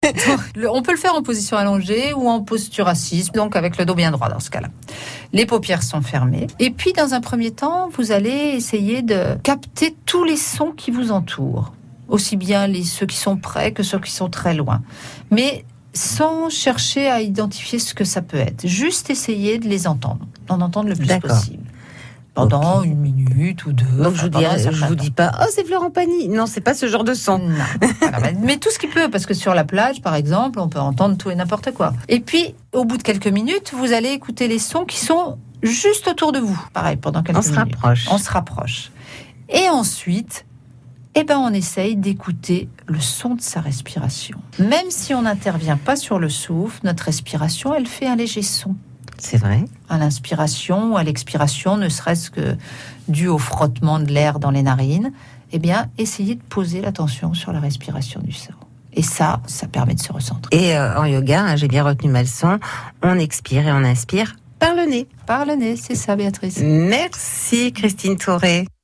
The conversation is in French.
On peut le faire en position allongée ou en posture assise, donc avec le dos bien droit dans ce cas-là. Les paupières sont fermées. Et puis, dans un premier temps, vous allez essayer de capter tous les sons qui vous entourent. Aussi bien ceux qui sont près que ceux qui sont très loin. Mais sans chercher à identifier ce que ça peut être. Juste essayer de les entendre, d'en entendre le plus possible. Pendant 1 minute ou 2. Donc je vous dis pas, oh c'est Florent Pagny. Non, c'est pas ce genre de son. Non. Voilà, mais tout ce qui peut, parce que sur la plage, par exemple, on peut entendre tout et n'importe quoi. Et puis, au bout de quelques minutes, vous allez écouter les sons qui sont juste autour de vous. Pareil, pendant quelques minutes. On se rapproche. Et ensuite, on essaye d'écouter le son de sa respiration. Même si on n'intervient pas sur le souffle, notre respiration, elle fait un léger son. C'est vrai. À l'inspiration ou à l'expiration, ne serait-ce que dû au frottement de l'air dans les narines, essayez de poser l'attention sur la respiration du cerveau. Et ça permet de se recentrer. Et en yoga, j'ai bien retenu ma leçon, on expire et on inspire par le nez. Par le nez, c'est ça, Béatrice. Merci Christine Touré.